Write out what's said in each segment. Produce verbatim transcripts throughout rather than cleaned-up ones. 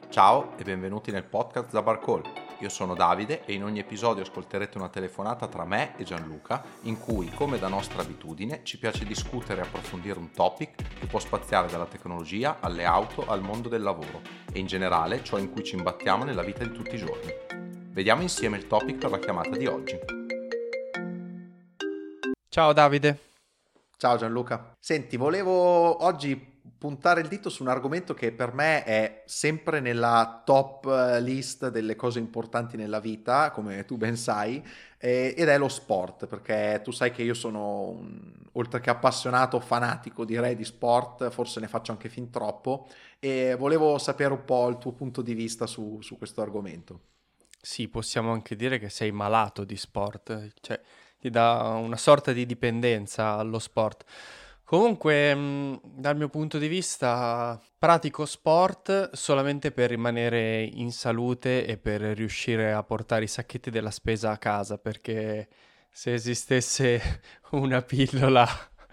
Ciao e benvenuti nel podcast da Barcall. Io sono Davide e in ogni episodio ascolterete una telefonata tra me e Gianluca in cui, come da nostra abitudine, ci piace discutere e approfondire un topic che può spaziare dalla tecnologia alle auto al mondo del lavoro e in generale ciò in cui ci imbattiamo nella vita di tutti i giorni. Vediamo insieme il topic per la chiamata di oggi. Ciao Davide. Ciao Gianluca. Senti, volevo oggi puntare il dito su un argomento che per me è sempre nella top eh, list delle cose importanti nella vita, come tu ben sai, eh, ed è lo sport, perché tu sai che io sono, un- oltre che appassionato, fanatico direi di sport, forse ne faccio anche fin troppo, e volevo sapere un po' il tuo punto di vista su, su questo argomento. Sì, possiamo anche dire che sei malato di sport, cioè ti dà una sorta di dipendenza allo sport. Comunque, mh, dal mio punto di vista, pratico sport solamente per rimanere in salute e per riuscire a portare i sacchetti della spesa a casa, perché se esistesse una pillola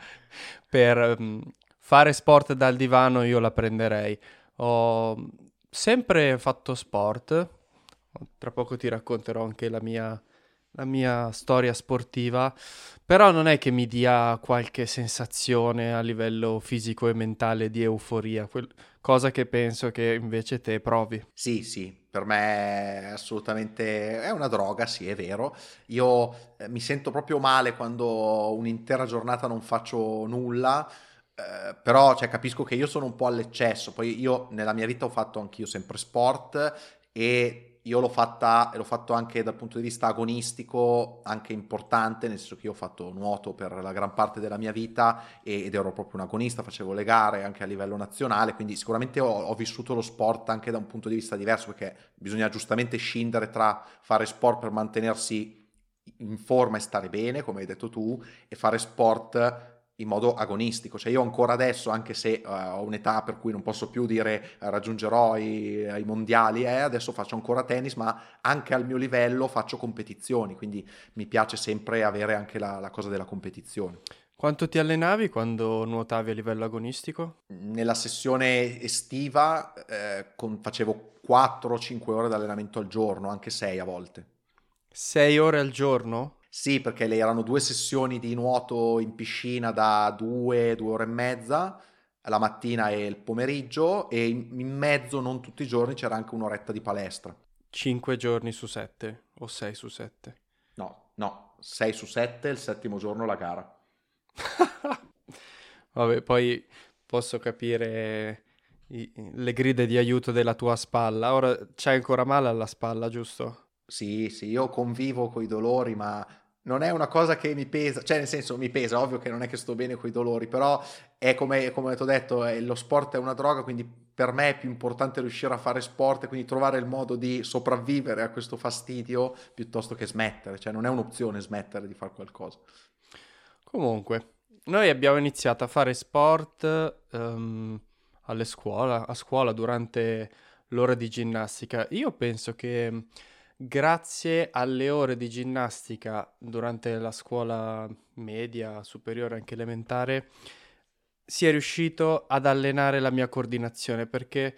per mh, fare sport dal divano, io la prenderei. Ho sempre fatto sport. Tra poco ti racconterò anche la mia, la mia storia sportiva, però non è che mi dia qualche sensazione a livello fisico e mentale di euforia, quel- cosa che penso che invece te provi. Sì, sì, per me è assolutamente è una droga, sì, è vero. Io eh, mi sento proprio male quando un'intera giornata non faccio nulla, eh, però cioè, capisco che io sono un po' all'eccesso. Poi io nella mia vita ho fatto anch'io sempre sport e io l'ho fatta, e l'ho fatto anche dal punto di vista agonistico, anche importante, nel senso che io ho fatto nuoto per la gran parte della mia vita e- ed ero proprio un agonista, facevo le gare anche a livello nazionale, quindi sicuramente ho, ho vissuto lo sport anche da un punto di vista diverso, perché bisogna giustamente scindere tra fare sport per mantenersi in forma e stare bene, come hai detto tu, e fare sport in modo agonistico. Cioè io ancora adesso, anche se uh, ho un'età per cui non posso più dire uh, raggiungerò i, i mondiali, eh, adesso faccio ancora tennis, ma anche al mio livello faccio competizioni, quindi mi piace sempre avere anche la, la cosa della competizione. Quanto ti allenavi quando nuotavi a livello agonistico? Nella sessione estiva eh, con- facevo quattro cinque ore di allenamento al giorno, anche sei a volte. Sei ore al giorno? Sì, perché le erano due sessioni di nuoto in piscina da due, due ore e mezza, la mattina e il pomeriggio, e in, in mezzo, non tutti i giorni, c'era anche un'oretta di palestra. Cinque giorni su sette o sei su sette? No, no, sei su sette, il settimo giorno la gara. Vabbè, poi posso capire i- le grida di aiuto della tua spalla. Ora c'hai ancora male alla spalla, giusto? Sì, sì, io convivo con i dolori, ma non è una cosa che mi pesa, cioè nel senso mi pesa, ovvio che non è che sto bene con i dolori, però è come, come ti ho detto, è- lo sport è una droga, quindi per me è più importante riuscire a fare sport e quindi trovare il modo di sopravvivere a questo fastidio piuttosto che smettere, cioè non è un'opzione smettere di fare qualcosa. Comunque, noi abbiamo iniziato a fare sport ehm, alle scuola, a scuola durante l'ora di ginnastica. Io penso che mh, grazie alle ore di ginnastica durante la scuola media, superiore, anche elementare, sia riuscito ad allenare la mia coordinazione perché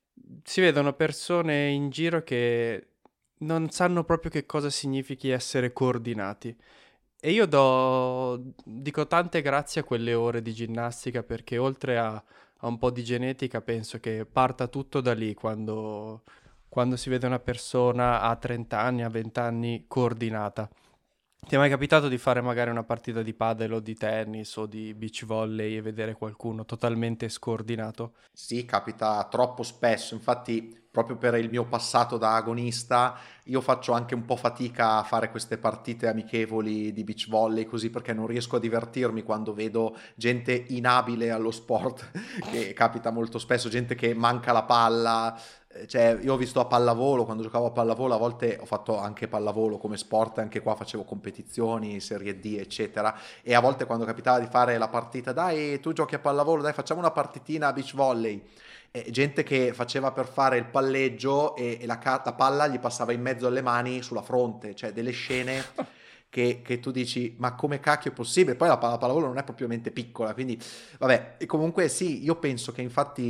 si vedono persone in giro che non sanno proprio che cosa significhi essere coordinati. E io do, dico tante grazie a quelle ore di ginnastica perché oltre a, a un po' di genetica penso che parta tutto da lì quando, quando si vede una persona a trenta anni, a venti anni coordinata. Ti è mai capitato di fare magari una partita di padel o di tennis o di beach volley e vedere qualcuno totalmente scordinato? Sì, capita troppo spesso, infatti proprio per il mio passato da agonista io faccio anche un po' fatica a fare queste partite amichevoli di beach volley così perché non riesco a divertirmi quando vedo gente inabile allo sport, che capita molto spesso, gente che manca la palla, eh, cioè io ho visto a pallavolo, quando giocavo a pallavolo a volte ho fatto anche pallavolo come sport, anche qua facevo competizioni, serie D eccetera, e a volte quando capitava di fare la partita, dai, tu giochi a pallavolo, dai, facciamo una partitina a beach volley. E gente che faceva per fare il palleggio e, e la, ca- la palla gli passava in mezzo alle mani sulla fronte, cioè delle scene che, che tu dici, ma come cacchio è possibile? Poi la, palla- la pallavolo non è propriamente piccola, quindi vabbè, e comunque sì, io penso che infatti mh,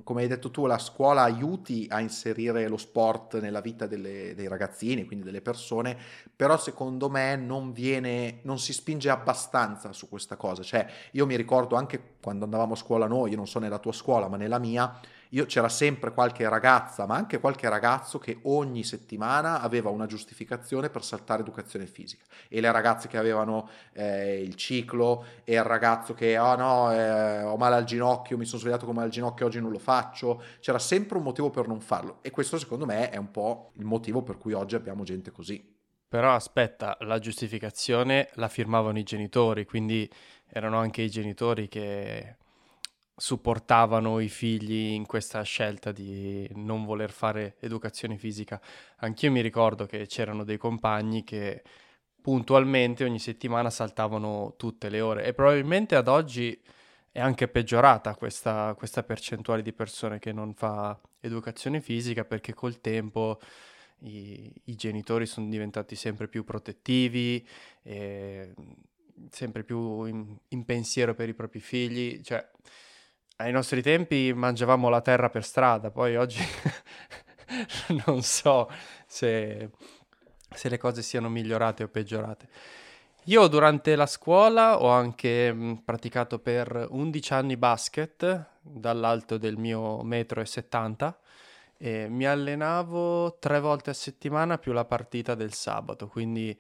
come hai detto tu, la scuola aiuti a inserire lo sport nella vita delle- dei ragazzini, quindi delle persone, però secondo me non viene, non si spinge abbastanza su questa cosa. Cioè, io mi ricordo anche quando andavamo a scuola noi, io non so nella tua scuola, ma nella mia, io c'era sempre qualche ragazza, ma anche qualche ragazzo che ogni settimana aveva una giustificazione per saltare educazione fisica. E le ragazze che avevano eh, il ciclo, e il ragazzo che, oh no, eh, ho male al ginocchio, mi sono svegliato con male al ginocchio, oggi non lo faccio. C'era sempre un motivo per non farlo. E questo secondo me è un po' il motivo per cui oggi abbiamo gente così. Però aspetta, la giustificazione la firmavano i genitori, quindi erano anche i genitori che supportavano i figli in questa scelta di non voler fare educazione fisica. Anch'io mi ricordo che c'erano dei compagni che puntualmente ogni settimana saltavano tutte le ore e probabilmente ad oggi è anche peggiorata questa, questa percentuale di persone che non fa educazione fisica perché col tempo i, i genitori sono diventati sempre più protettivi, e sempre più in, in pensiero per i propri figli. Cioè, ai nostri tempi mangiavamo la terra per strada, poi oggi non so se, se le cose siano migliorate o peggiorate. Io durante la scuola ho anche mh, praticato per undici anni basket dall'alto del mio metro e settanta e mi allenavo tre volte a settimana più la partita del sabato, quindi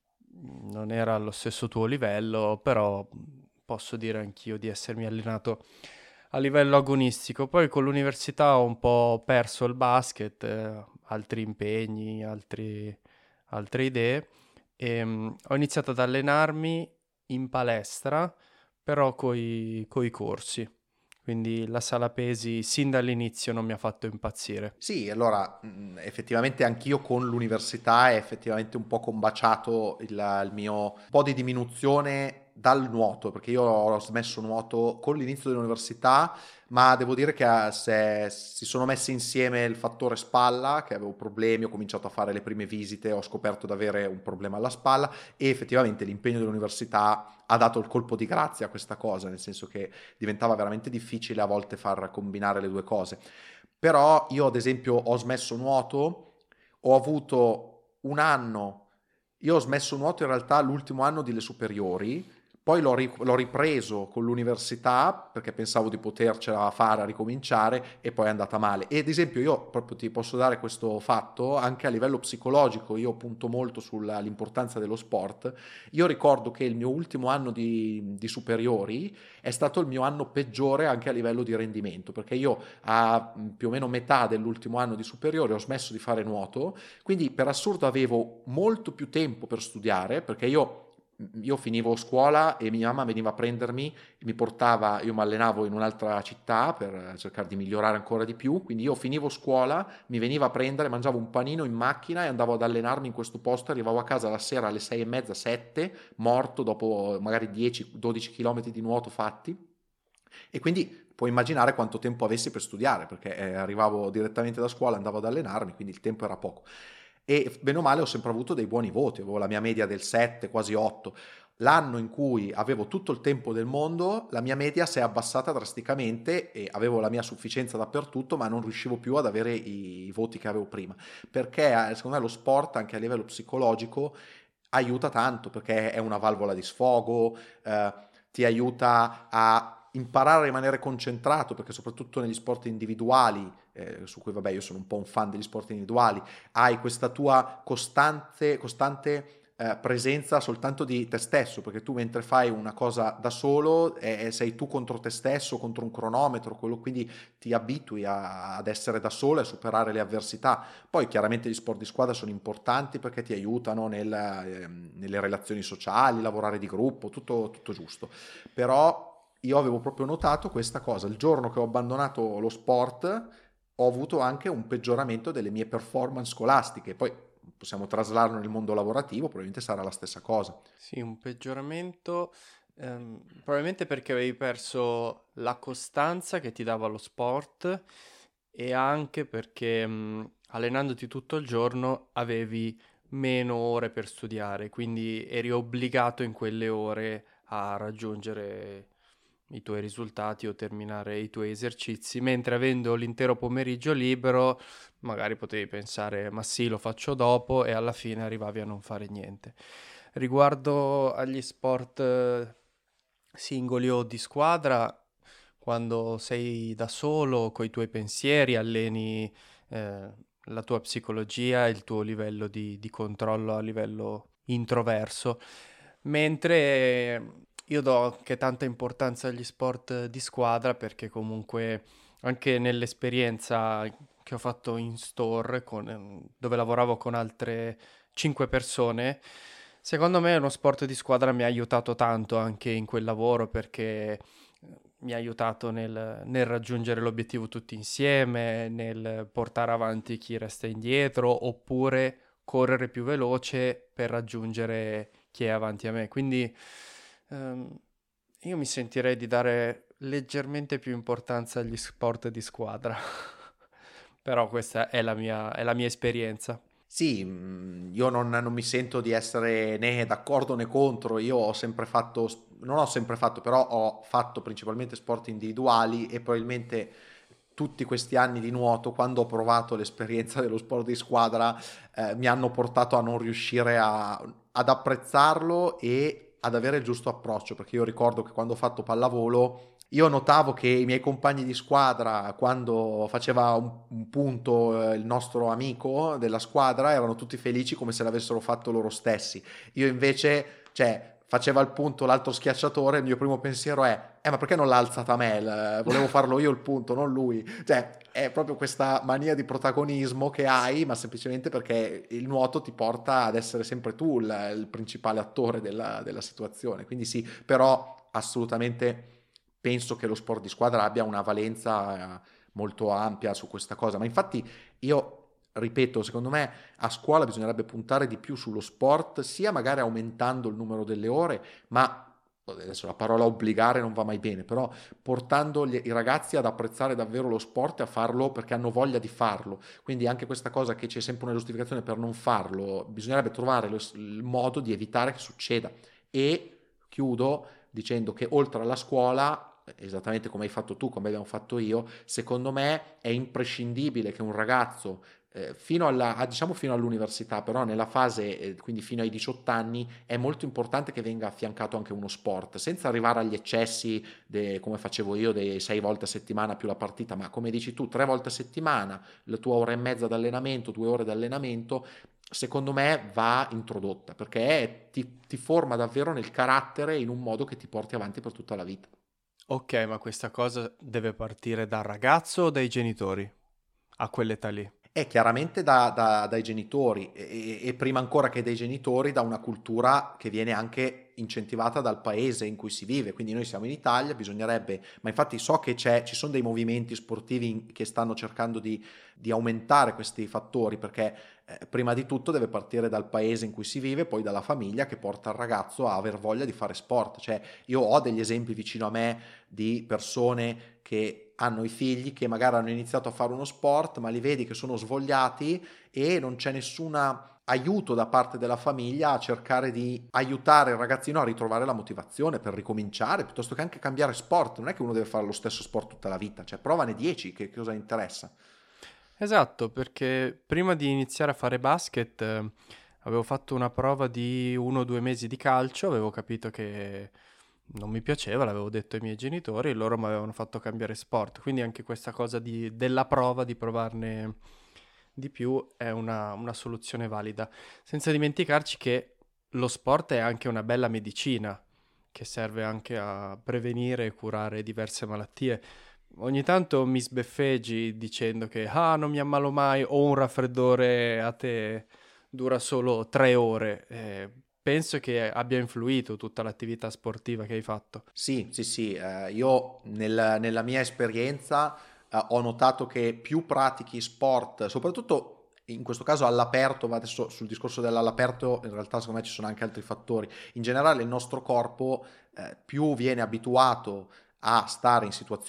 mh, non era allo stesso tuo livello, però mh, posso dire anch'io di essermi allenato a livello agonistico. Poi con l'università ho un po' perso il basket, eh, altri impegni, altri- altre idee e mh, ho iniziato ad allenarmi in palestra, però coi, coi corsi. Quindi la sala pesi sin dall'inizio non mi ha fatto impazzire. Sì, allora mh, effettivamente anch'io con l'università è effettivamente un po' combaciato il, il mio un po' di diminuzione dal nuoto, perché io ho smesso nuoto con l'inizio dell'università, ma devo dire che eh, se si sono messi insieme il fattore spalla, che avevo problemi, ho cominciato a fare le prime visite, ho scoperto di avere un problema alla spalla e effettivamente l'impegno dell'università ha dato il colpo di grazia a questa cosa, nel senso che diventava veramente difficile a volte far combinare le due cose. Però io ad esempio ho smesso nuoto, ho avuto un anno, io ho smesso nuoto in realtà l'ultimo anno delle superiori, poi l'ho, ri- l'ho ripreso con l'università perché pensavo di potercela fare a ricominciare e poi è andata male. E ad esempio io proprio ti posso dare questo fatto anche a livello psicologico, io punto molto sull'importanza dello sport. Io ricordo che il mio ultimo anno di, di superiori è stato il mio anno peggiore anche a livello di rendimento, perché io a mh, più o meno metà dell'ultimo anno di superiore ho smesso di fare nuoto, quindi per assurdo avevo molto più tempo per studiare, perché io io finivo scuola e mia mamma veniva a prendermi, mi portava, io mi allenavo in un'altra città per cercare di migliorare ancora di più, quindi io finivo scuola, mi veniva a prendere, mangiavo un panino in macchina e andavo ad allenarmi in questo posto, arrivavo a casa la sera alle sei e mezza, sette, morto dopo magari dieci dodici chilometri di nuoto fatti e quindi puoi immaginare quanto tempo avessi per studiare, perché eh, arrivavo direttamente da scuola, andavo ad allenarmi, quindi il tempo era poco. E bene o male ho sempre avuto dei buoni voti, avevo la mia media del sette, quasi otto. L'anno in cui avevo tutto il tempo del mondo, la mia media si è abbassata drasticamente e avevo la mia sufficienza dappertutto, ma non riuscivo più ad avere i, i voti che avevo prima. Perché eh, secondo me lo sport, anche a livello psicologico, aiuta tanto, perché è una valvola di sfogo, eh, ti aiuta a imparare a rimanere concentrato, perché soprattutto negli sport individuali, eh, su cui vabbè io sono un po' un fan degli sport individuali, hai questa tua costante, costante eh, presenza soltanto di te stesso, perché tu mentre fai una cosa da solo eh, sei tu contro te stesso, contro un cronometro, quello, quindi ti abitui a- ad essere da solo e a superare le avversità. Poi chiaramente gli sport di squadra sono importanti perché ti aiutano nel, ehm, nelle relazioni sociali, lavorare di gruppo, tutto, tutto giusto. Però io avevo proprio notato questa cosa. Il giorno che ho abbandonato lo sport ho avuto anche un peggioramento delle mie performance scolastiche. Poi possiamo traslarlo nel mondo lavorativo, probabilmente sarà la stessa cosa. Sì, un peggioramento, ehm, probabilmente perché avevi perso la costanza che ti dava lo sport e anche perché mh, allenandoti tutto il giorno avevi meno ore per studiare, quindi eri obbligato in quelle ore a raggiungere i tuoi risultati o terminare i tuoi esercizi, mentre avendo l'intero pomeriggio libero magari potevi pensare ma sì, lo faccio dopo, e alla fine arrivavi a non fare niente. Riguardo agli sport eh, singoli o di squadra, quando sei da solo coi tuoi pensieri alleni eh, la tua psicologia, il tuo livello di, di controllo a livello introverso, mentre io do anche tanta importanza agli sport di squadra, perché comunque anche nell'esperienza che ho fatto in store, con- dove lavoravo con altre cinque persone, secondo me uno sport di squadra mi ha aiutato tanto anche in quel lavoro, perché eh, mi ha aiutato nel, nel raggiungere l'obiettivo tutti insieme, nel portare avanti chi resta indietro, oppure correre più veloce per raggiungere chi è avanti a me. Quindi ehm, io mi sentirei di dare leggermente più importanza agli sport di squadra. Però questa è la mia, è la mia esperienza. Sì, mh, io non, non mi sento di essere né d'accordo né contro. Io ho sempre fatto, non ho sempre fatto, però ho fatto principalmente sport individuali, e probabilmente tutti questi anni di nuoto, quando ho provato l'esperienza dello sport di squadra, eh, mi hanno portato a non riuscire a- ad apprezzarlo e ad avere il giusto approccio, perché io ricordo che quando ho fatto pallavolo, io notavo che i miei compagni di squadra, quando faceva un, un punto eh, il nostro amico della squadra, erano tutti felici come se l'avessero fatto loro stessi. Io invece, cioè, faceva il punto l'altro schiacciatore, il mio primo pensiero è, eh, ma perché non l'ha alzata a me? Il- volevo farlo io il punto, non lui. Cioè, è proprio questa mania di protagonismo che hai, ma semplicemente perché il nuoto ti porta ad essere sempre tu il, il principale attore della, della situazione. Quindi sì, però assolutamente penso che lo sport di squadra abbia una valenza eh, molto ampia su questa cosa. Ma infatti io ripeto, secondo me a scuola bisognerebbe puntare di più sullo sport, sia magari aumentando il numero delle ore, ma adesso la parola obbligare non va mai bene, però portando gli- i ragazzi ad apprezzare davvero lo sport e a farlo perché hanno voglia di farlo. Quindi anche questa cosa che c'è sempre una giustificazione per non farlo, bisognerebbe trovare lo- il modo di evitare che succeda. E chiudo dicendo che oltre alla scuola, esattamente come hai fatto tu, come abbiamo fatto io, secondo me è imprescindibile che un ragazzo eh, fino alla, a- diciamo fino all'università, però nella fase, eh, quindi fino ai diciotto anni, è molto importante che venga affiancato anche uno sport, senza arrivare agli eccessi, de- come facevo io, dei sei volte a settimana più la partita, ma come dici tu, tre volte a settimana, la tua ora e mezza d'allenamento, due ore d'allenamento, secondo me va introdotta, perché ti, ti forma davvero nel carattere in un modo che ti porti avanti per tutta la vita. Ok, ma questa cosa deve partire dal ragazzo o dai genitori a quell'età lì? È chiaramente da- da- dai genitori e, e prima ancora che dai genitori da una cultura che viene anche incentivata dal paese in cui si vive. Quindi noi siamo in Italia, bisognerebbe, ma infatti so che c'è, ci sono dei movimenti sportivi in- che stanno cercando di, di aumentare questi fattori, perché eh, prima di tutto deve partire dal paese in cui si vive, poi dalla famiglia che porta il ragazzo a aver voglia di fare sport. Cioè io ho degli esempi vicino a me di persone che hanno i figli che magari hanno iniziato a fare uno sport, ma li vedi che sono svogliati e non c'è nessuna aiuto da parte della famiglia a cercare di aiutare il ragazzino a ritrovare la motivazione per ricominciare, piuttosto che anche cambiare sport. Non è che uno deve fare lo stesso sport tutta la vita, cioè provane dieci, che cosa interessa? Esatto, perché prima di iniziare a fare basket eh, avevo fatto una prova di uno o due mesi di calcio, avevo capito che non mi piaceva, l'avevo detto ai miei genitori e loro mi avevano fatto cambiare sport. Quindi anche questa cosa di- della prova, di provarne di più, è una, una soluzione valida. Senza dimenticarci che lo sport è anche una bella medicina, che serve anche a prevenire e curare diverse malattie. Ogni tanto mi sbeffeggi dicendo che ah, non mi ammalo mai, o un raffreddore a te dura solo tre ore. Eh, penso che abbia influito tutta l'attività sportiva che hai fatto. Sì, sì, sì, eh, io nel- nella mia esperienza eh, ho notato che più pratichi sport, soprattutto in questo caso all'aperto, ma adesso sul discorso dell'all'aperto in realtà secondo me ci sono anche altri fattori. In generale il nostro corpo eh, più viene abituato a stare in situazioni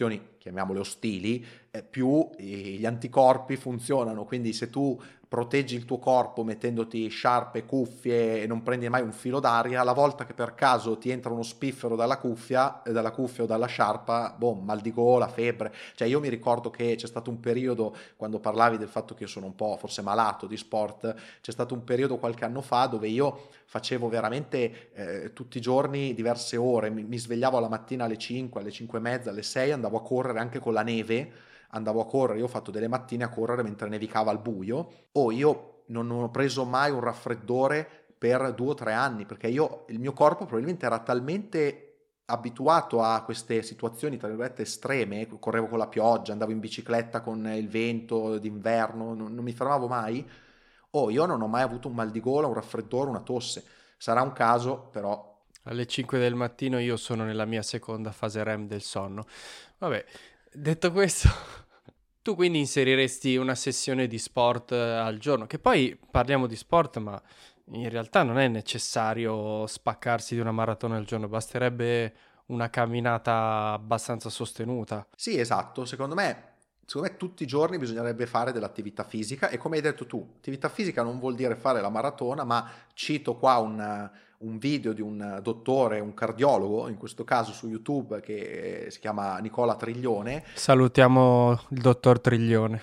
chiamiamole ostili, eh, più gli anticorpi funzionano. Quindi se tu proteggi il tuo corpo mettendoti sciarpe, cuffie e non prendi mai un filo d'aria, la volta che per caso ti entra uno spiffero dalla cuffia, eh, dalla cuffia o dalla sciarpa, boh, mal di gola, febbre. Cioè io mi ricordo che c'è stato un periodo, quando parlavi del fatto che io sono un po' forse malato di sport, c'è stato un periodo qualche anno fa dove io facevo veramente eh, tutti i giorni diverse ore, mi, mi svegliavo la mattina alle cinque, alle cinque e mezza, alle sei, andavo a correre anche con la neve, andavo a correre, io ho fatto delle mattine a correre mentre nevicava al buio, o io non ho preso mai un raffreddore per due o tre anni, perché io, il mio corpo probabilmente era talmente abituato a queste situazioni tra virgolette estreme, correvo con la pioggia, andavo in bicicletta con il vento d'inverno, non, non mi fermavo mai, o io non ho mai avuto un mal di gola, un raffreddore, una tosse. Sarà un caso, però. Alle cinque del mattino io sono nella mia seconda fase R E M del sonno. Vabbè, detto questo, tu quindi inseriresti una sessione di sport eh, al giorno, che poi parliamo di sport, ma in realtà non è necessario spaccarsi di una maratona al giorno, basterebbe una camminata abbastanza sostenuta. Sì, esatto, secondo me, secondo me tutti i giorni bisognerebbe fare dell'attività fisica e come hai detto tu, attività fisica non vuol dire fare la maratona, ma cito qua un, un video di un dottore, un cardiologo, in questo caso su YouTube, che si chiama Nicola Triglione. Salutiamo il dottor Triglione.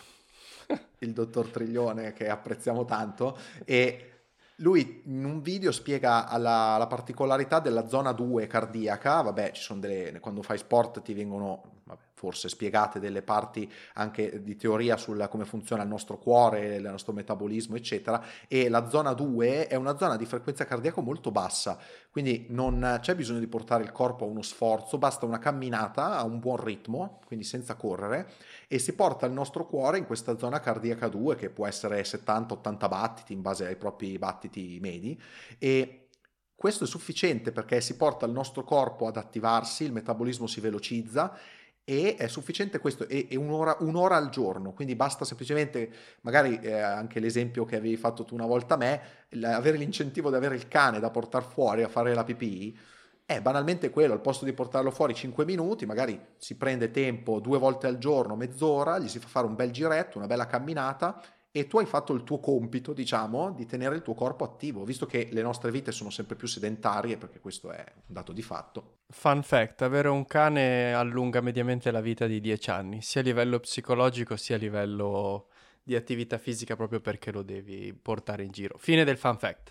Il dottor Triglione che apprezziamo tanto, e lui in un video spiega la, la particolarità della zona due cardiaca. Vabbè, ci sono delle, quando fai sport ti vengono, vabbè, forse spiegate delle parti anche di teoria sulla come funziona il nostro cuore, il nostro metabolismo, eccetera, e la zona due è una zona di frequenza cardiaca molto bassa, quindi non c'è bisogno di portare il corpo a uno sforzo, basta una camminata a un buon ritmo, quindi senza correre, e si porta il nostro cuore in questa zona cardiaca due, che può essere settanta ottanta battiti in base ai propri battiti medi, e questo è sufficiente perché si porta il nostro corpo ad attivarsi, il metabolismo si velocizza, e è sufficiente questo, e, e un'ora, un'ora al giorno, quindi basta semplicemente, magari eh, anche l'esempio che avevi fatto tu una volta a me, il- avere l'incentivo di avere il cane da portare fuori a fare la pipì, è banalmente quello, al posto di portarlo fuori cinque minuti, magari si prende tempo due volte al giorno, mezz'ora, gli si fa fare un bel giretto, una bella camminata, e tu hai fatto il tuo compito, diciamo, di tenere il tuo corpo attivo, visto che le nostre vite sono sempre più sedentarie, perché questo è un dato di fatto. Fun fact, avere un cane allunga mediamente la vita di dieci anni, sia a livello psicologico sia a livello di attività fisica, proprio perché lo devi portare in giro. Fine del fun fact.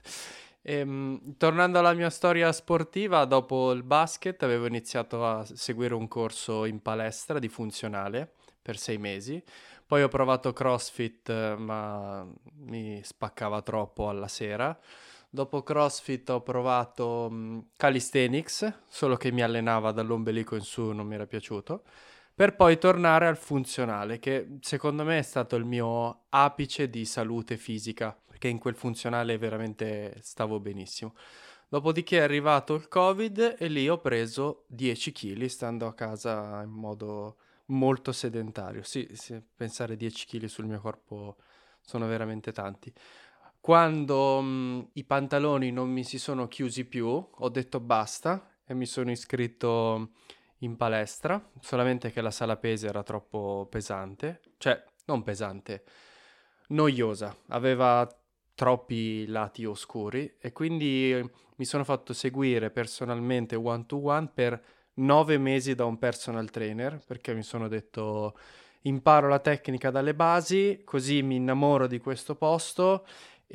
Ehm, tornando alla mia storia sportiva, dopo il basket avevo iniziato a seguire un corso in palestra di funzionale per sei mesi. Poi ho provato CrossFit, eh, ma mi spaccava troppo alla sera. Dopo CrossFit ho provato mh, Calisthenics, solo che mi allenava dall'ombelico in su, non mi era piaciuto, per poi tornare al funzionale, che secondo me è stato il mio apice di salute fisica, perché in quel funzionale veramente stavo benissimo. Dopodiché è arrivato il Covid e lì ho preso dieci chili stando a casa in modo molto sedentario. Sì, sì, pensare dieci chili sul mio corpo sono veramente tanti. Quando mh, i pantaloni non mi si sono chiusi più, ho detto basta e mi sono iscritto in palestra, solamente che la sala pesi era troppo pesante, cioè non pesante, noiosa, aveva troppi lati oscuri e quindi eh, mi sono fatto seguire personalmente one to one per nove mesi da un personal trainer, perché mi sono detto imparo la tecnica dalle basi, così mi innamoro di questo posto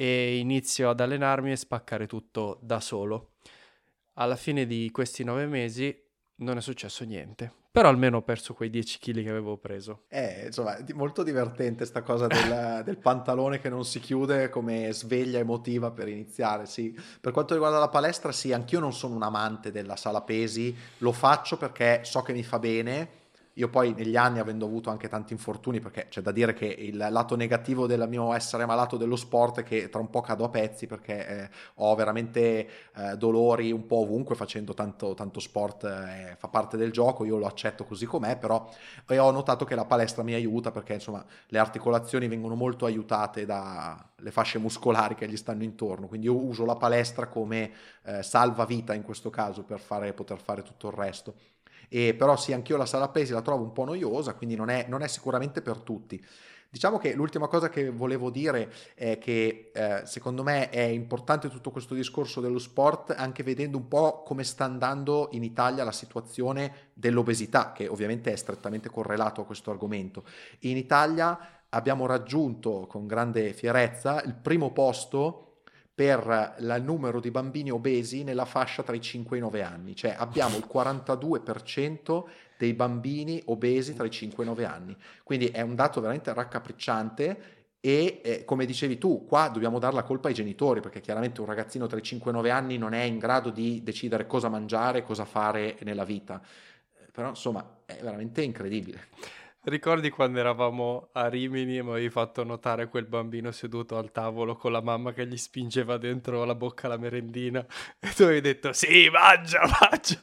e inizio ad allenarmi e spaccare tutto da solo. Alla fine di questi nove mesi non è successo niente, però almeno ho perso quei dieci chili che avevo preso. Eh, insomma, è di- molto divertente sta cosa del, del pantalone che non si chiude come sveglia emotiva per iniziare, sì. Per quanto riguarda la palestra, sì, anch'io non sono un amante della sala pesi, lo faccio perché so che mi fa bene. Io poi negli anni, avendo avuto anche tanti infortuni, perché c'è da dire che il lato negativo del mio essere malato dello sport è che tra un po' cado a pezzi perché eh, ho veramente eh, dolori un po' ovunque facendo tanto, tanto sport, eh, fa parte del gioco, io lo accetto così com'è, però e ho notato che la palestra mi aiuta perché insomma le articolazioni vengono molto aiutate dalle fasce muscolari che gli stanno intorno, quindi io uso la palestra come eh, salvavita in questo caso per fare, poter fare tutto il resto. E però sì, anch'io la sala pesi la trovo un po' noiosa, quindi non è, non è sicuramente per tutti. Diciamo che l'ultima cosa che volevo dire è che eh, secondo me è importante tutto questo discorso dello sport, anche vedendo un po' come sta andando in Italia la situazione dell'obesità, che ovviamente è strettamente correlato a questo argomento. In Italia abbiamo raggiunto con grande fierezza il primo posto per il numero di bambini obesi nella fascia tra i cinque e i nove anni, cioè abbiamo il quarantadue per cento dei bambini obesi tra i cinque e i nove anni, quindi è un dato veramente raccapricciante e eh, come dicevi tu, qua dobbiamo dare la colpa ai genitori, perché chiaramente un ragazzino tra i cinque e i nove anni non è in grado di decidere cosa mangiare, cosa fare nella vita, però insomma è veramente incredibile. Ricordi quando eravamo a Rimini e mi avevi fatto notare quel bambino seduto al tavolo con la mamma che gli spingeva dentro la bocca la merendina e tu avevi detto sì, mangia, mangia.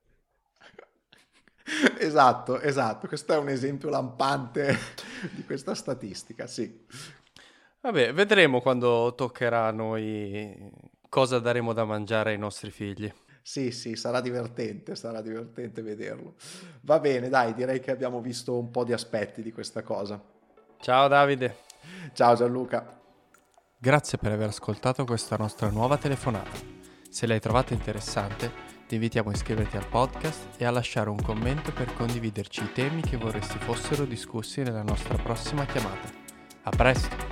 Esatto, esatto, questo è un esempio lampante di questa statistica, sì. Vabbè, vedremo quando toccherà a noi cosa daremo da mangiare ai nostri figli. Sì, sì, sarà divertente, sarà divertente vederlo. Va bene, dai, direi che abbiamo visto un po' di aspetti di questa cosa. Ciao Davide. Ciao Gianluca. Grazie per aver ascoltato questa nostra nuova telefonata. Se l'hai trovata interessante, ti invitiamo a iscriverti al podcast e a lasciare un commento per condividerci i temi che vorresti fossero discussi nella nostra prossima chiamata. A presto!